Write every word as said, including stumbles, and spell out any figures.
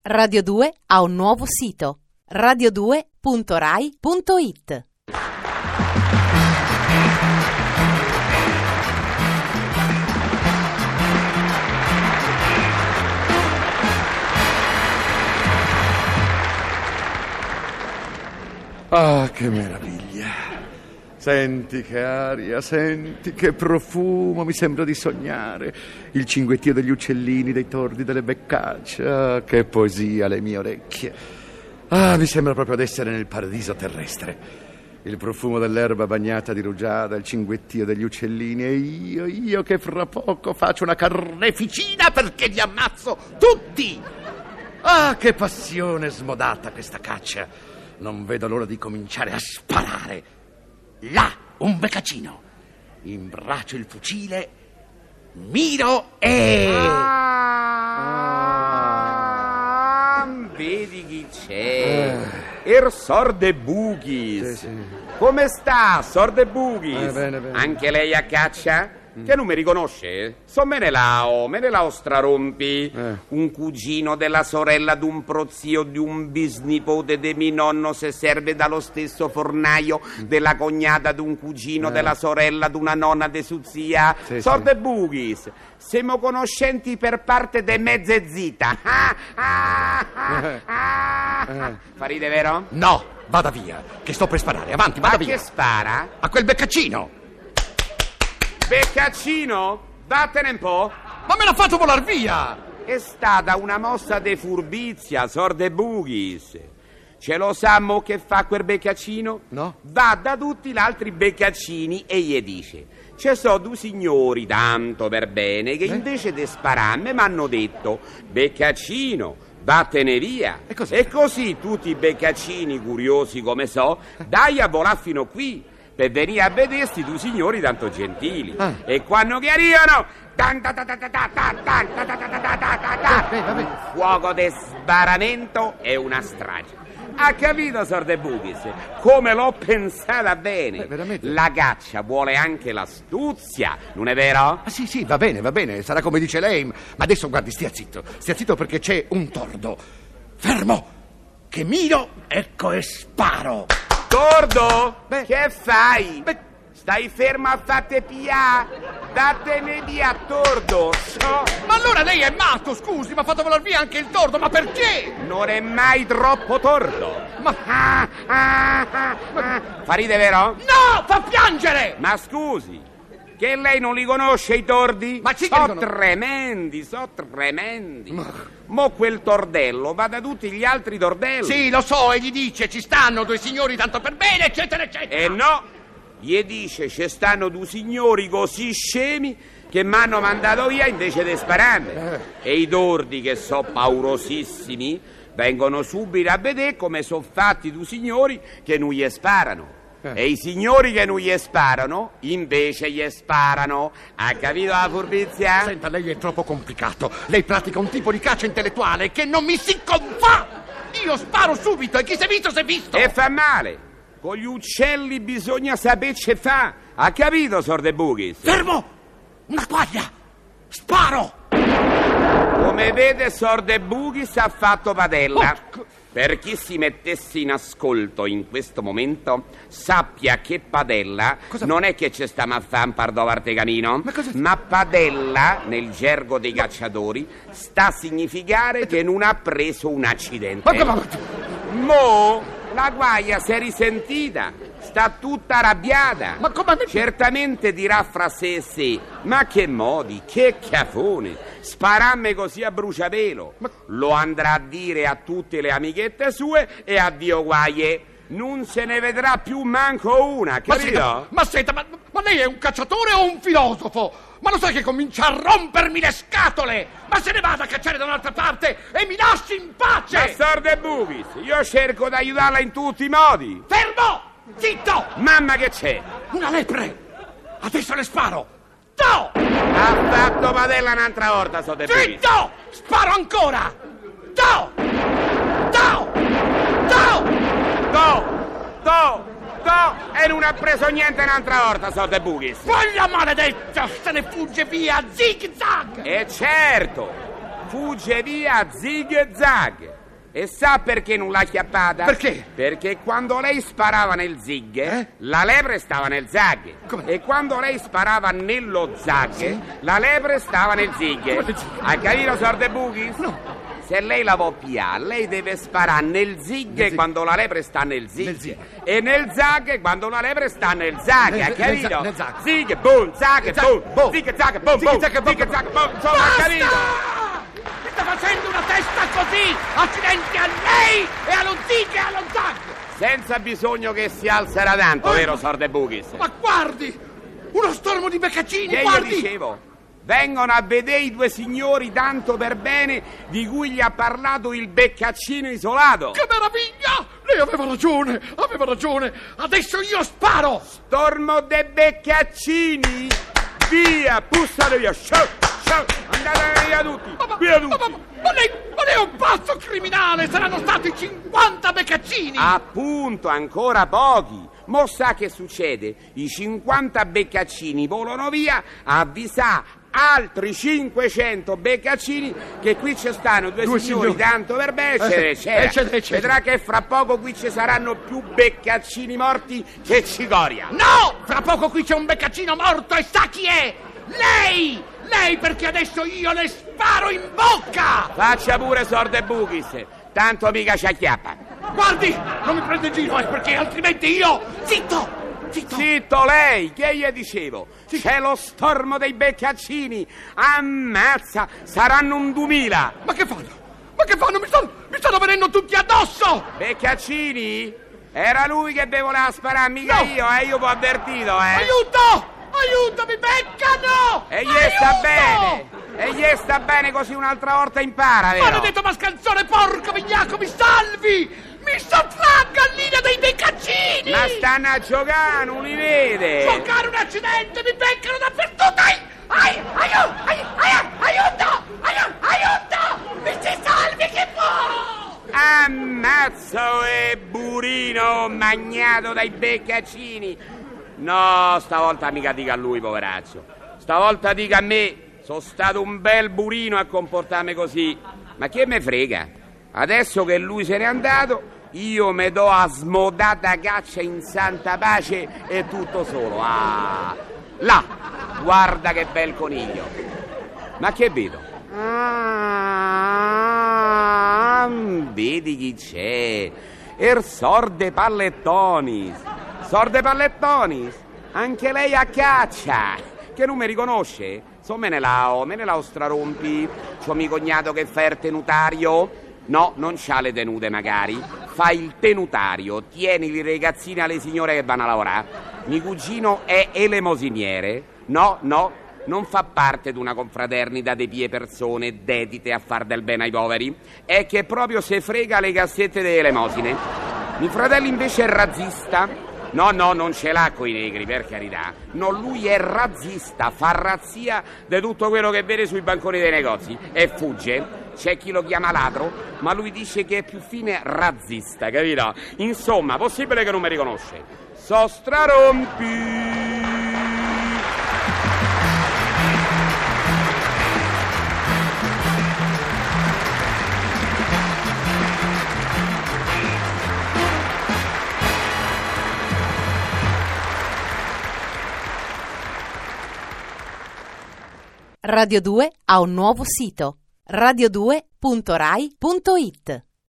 Radio due ha un nuovo sito: radio due punto rai punto it. Ah, che meraviglia! Senti che aria, senti che profumo, mi sembra di sognare. Il cinguettio degli uccellini, dei tordi, delle beccacce. Ah, che poesia alle mie orecchie. Ah, mi sembra proprio di essere nel paradiso terrestre. Il profumo dell'erba bagnata di rugiada, il cinguettio degli uccellini e io, io che fra poco faccio una carneficina perché li ammazzo tutti! Ah, che passione smodata questa caccia! Non vedo l'ora di cominciare a sparare. Là, un beccacino. Imbraccio il fucile, miro e... Ah, vedi chi c'è? Eh. Er Sorde Bugis. Sì, sì. Come sta, Sorde Bugis? Eh, bene, bene. Anche lei a caccia? Mm. Che non mi riconosce? So Menelao, Menelao Strarompi, eh. un cugino della sorella d'un prozio di un bisnipote de mio nonno, se serve dallo stesso fornaio mm. della cognata d'un cugino eh. della sorella d'una nonna de su zia. Sì, Sorde sì. Bugis, siamo conoscenti per parte de mezze zita. Ah, ah, ah, ah. Eh. Fa ride, vero? No, vada via, che sto per sparare, avanti, vada Ma via. Ma che spara? A quel beccaccino. Beccaccino, vattene un po'. Ma me l'ha fatto volar via! È stata una mossa de furbizia, Sorde Bugis. Ce lo sammo che fa quel beccaccino? No. Va da tutti gli altri beccaccini e gli dice: ci sono due signori tanto per bene che eh? invece di spararmi mi hanno detto: beccaccino, vattene via. E così? E così tutti i beccaccini, curiosi come so, dai a volare fino qui per venire a vedersi due signori tanto gentili. Ah. E quando che arrivano, un fuoco di sbaramento e una strage. Ha capito, Sorde Bugis? Come l'ho pensata bene. Beh, la caccia vuole anche l'astuzia, non è vero? Ah, sì, sì, va bene, va bene, sarà come dice lei. Ma adesso guardi, stia zitto, stia zitto perché c'è un tordo. Fermo, che miro, ecco e sparo. Tordo? Beh, che fai? Beh, stai fermo a fatte pia? Dattene via, tordo. No. Ma allora lei è matto, scusi, mi ha fatto volar via anche il tordo, ma perché? Non è mai troppo tordo. Ma... Ah, ah, ah, ah. Fa ride, vero? No, fa piangere! Ma scusi, che lei non li conosce i tordi? Ma sì, so che tremendi, so tremendi. Ma... Mo quel tordello va da tutti gli altri tordelli. Sì, lo so, e gli dice ci stanno due signori tanto per bene, eccetera, eccetera. E no, gli dice ci stanno due signori così scemi che mi hanno mandato via invece di spararmi. Eh. E i tordi, che so paurosissimi, vengono subito a vedere come sono fatti due signori che non gli sparano. Eh. E i signori che non gli sparano, invece gli sparano. Ha capito la furbizia? Senta, lei è troppo complicato. Lei pratica un tipo di caccia intellettuale che non mi si confà. Io sparo subito e chi si è visto si è visto. E fa male. Con gli uccelli bisogna saperci fa. Ha capito, Sorde Bugis? Fermo! Una quaglia! Sparo! Come vede, Sorde Bugis ha fatto padella. Oh. Per chi si mettesse in ascolto in questo momento, sappia che padella cosa? Non è che ci stiamo a fare un pardo vartegamino, ma, cosa... ma padella, nel gergo dei cacciatori, sta a significare che non ha preso un accidente. Ma, ma... Mo, la guaia si è risentita, sta tutta arrabbiata. Ma come... Certamente dirà fra sé e sé: ma che modi, che cafone, sparamme così a bruciapelo. Ma... Lo andrà a dire a tutte le amichette sue e addio guaie. Non se ne vedrà più manco una, capito? Ma senta, ma, ma lei è un cacciatore o un filosofo? Ma lo sai che comincia a rompermi le scatole? Ma se ne vada a cacciare da un'altra parte e mi lasci in pace! Ma Sorde Bugis, io cerco di aiutarla in tutti i modi. Fermo! Zitto! Mamma, che c'è? Una lepre! Adesso le sparo! No! Ha fatto padella un'altra volta, Sorde Bugis. Zitto! Sparo ancora! No! No! No! No! No! No! E non ha preso niente un'altra volta, Sorde Bugis. Voglia maledetta! Se ne fugge via, zig zag! E certo! fugge via zig e zag. E sa perché non l'ha chiappata? Perché? Perché quando lei sparava nel zig, Eh? la lepre stava nel zag. Come? E quando lei sparava nello zag, Sì? la lepre stava nel zig. Come nel zig? Ha capito, sorte buchi? No. Se lei la può pigliare, lei deve sparare nel zig, Nel zig. quando la lepre sta nel zig, Nel zig. e nel zag quando la lepre sta nel zag, Nel- ha nel capito? za- nel zag. Zig, boom, zag, Zag, boom, boom. zig, zag, boom, Zig, boom, zag, boom, zig, boom. zag, boom, insomma, ha capito? Mi sta facendo una testa così! Accidenti a lei e allo zig e allo zag! Senza bisogno che si alzerà tanto, Eh, vero, ma- sorte buchis? Ma guardi! Uno stormo di beccaccini, Che io guardi! dicevo? Vengono a vedere i due signori tanto per bene di cui gli ha parlato il beccaccino isolato. Che meraviglia! Lei aveva ragione, aveva ragione! Adesso io sparo! Stormo de beccaccini! Via, pussate via! Show, show, andate via tutti! Ma, ma- Via ma- tutti! ma- ma lei, ma lei è un pazzo criminale! Saranno stati cinquanta beccaccini! Appunto, ancora pochi. Mo sa che succede? I cinquanta beccaccini volano via a avvisare altri cinquecento beccaccini che qui ci stanno due, Due signori, signori. tanto per bene, eccetera, Eh, eccetera. eccetera, eccetera. Vedrà che fra poco qui ci saranno più beccaccini morti che cicoria. No! Fra poco qui c'è un beccaccino morto e sa chi è! Lei! Lei, perché adesso io le sparo in bocca! Faccia pure sorde buchis, tanto mica ci acchiappa. Guardi! Non mi prende in giro, eh, perché altrimenti io... Zitto! Zitto! Zitto lei, che gli dicevo? C'è lo stormo dei beccaccini. Ammazza, saranno un duemila. Ma che fanno? Ma che fanno? Mi stanno, mi stanno venendo tutti addosso! Beccaccini? Era lui che vi voleva sparare, mica No. io, eh, io vi ho avvertito, eh. Aiuto! Aiuto, mi beccano! E gli sta Aiuto! bene, e gli sta bene così un'altra volta impara, vero? Maledetto mascalzone, porco vigliacco, mi salvi! Mi sottragga in linea dei beccaccini! Ma stanno a giocare, non li vede? Giocare un accidente, mi beccano dappertutto! Ai! Ai! Aiuto! Ai, ai, aiuto! Aiuto! Aiuto! Mi si salvi che può! Ammazzo e burino magnato dai beccaccini. No, stavolta mica dica a lui, poveraccio. Stavolta dica a me, sono stato un bel burino a comportarmi così. Ma che me frega? Adesso che lui se n'è andato, io me do a smodata caccia in santa pace e tutto solo. Ah, là, guarda che bel coniglio. Ma che vedo? Ah, vedi chi c'è? Er sorde pallettonis. Sorde pallettonis, anche lei a caccia. Che non mi riconosce? So me ne lao, me ne lao strarompi. C'ho mio cognato che fa il tenutario. No, non c'ha le tenute magari. Fa il tenutario, tieni i ragazzini alle signore che vanno a lavorare. Mio cugino è elemosiniere. No, no, non fa parte di una confraternita di pie persone dedite a far del bene ai poveri. È che proprio se frega le cassette delle elemosine. Mio fratello invece è razzista. No, no, non ce l'ha coi negri, per carità. No, lui è razzista, fa razzia di tutto quello che vede sui banconi dei negozi e fugge. C'è chi lo chiama ladro, ma lui dice che è più fine razzista, capito? Insomma, possibile che non mi riconosce. So strarompi! Radio due ha un nuovo sito radio due punto rai punto it.